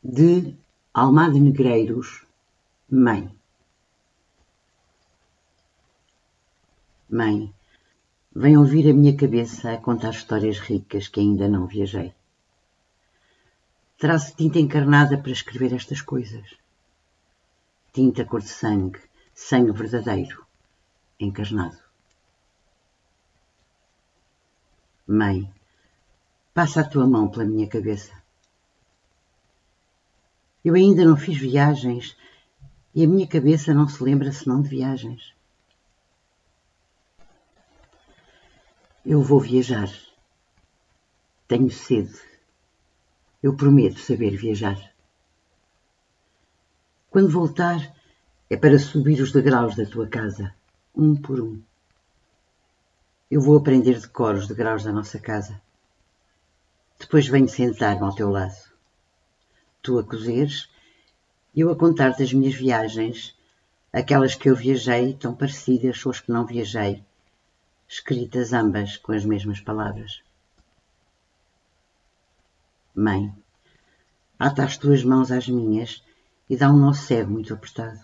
De Almada Negreiros, Mãe. Mãe, vem ouvir a minha cabeça a contar histórias ricas que ainda não viajei. Traço tinta encarnada para escrever estas coisas. Tinta cor de sangue, sangue verdadeiro, encarnado. Mãe, passa a tua mão pela minha cabeça. Eu ainda não fiz viagens e a minha cabeça não se lembra senão de viagens. Eu vou viajar. Tenho sede. Eu prometo saber viajar. Quando voltar, é para subir os degraus da tua casa, um por um. Eu vou aprender de cor os degraus da nossa casa. Depois venho sentar-me ao teu lado. Tu a cozeres, eu a contar-te as minhas viagens, aquelas que eu viajei, tão parecidas com as que não viajei, escritas ambas com as mesmas palavras. Mãe, ata as tuas mãos às minhas e dá um nó cego muito apertado.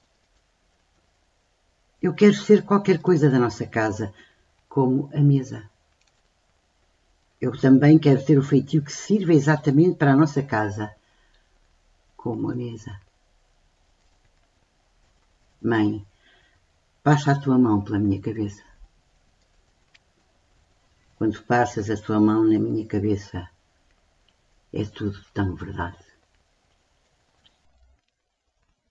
Eu quero ser qualquer coisa da nossa casa, como a mesa. Eu também quero ter o feitio que sirva exatamente para a nossa casa, como a mesa. Mãe, passa a tua mão pela minha cabeça. Quando passas a tua mão na minha cabeça, é tudo tão verdade.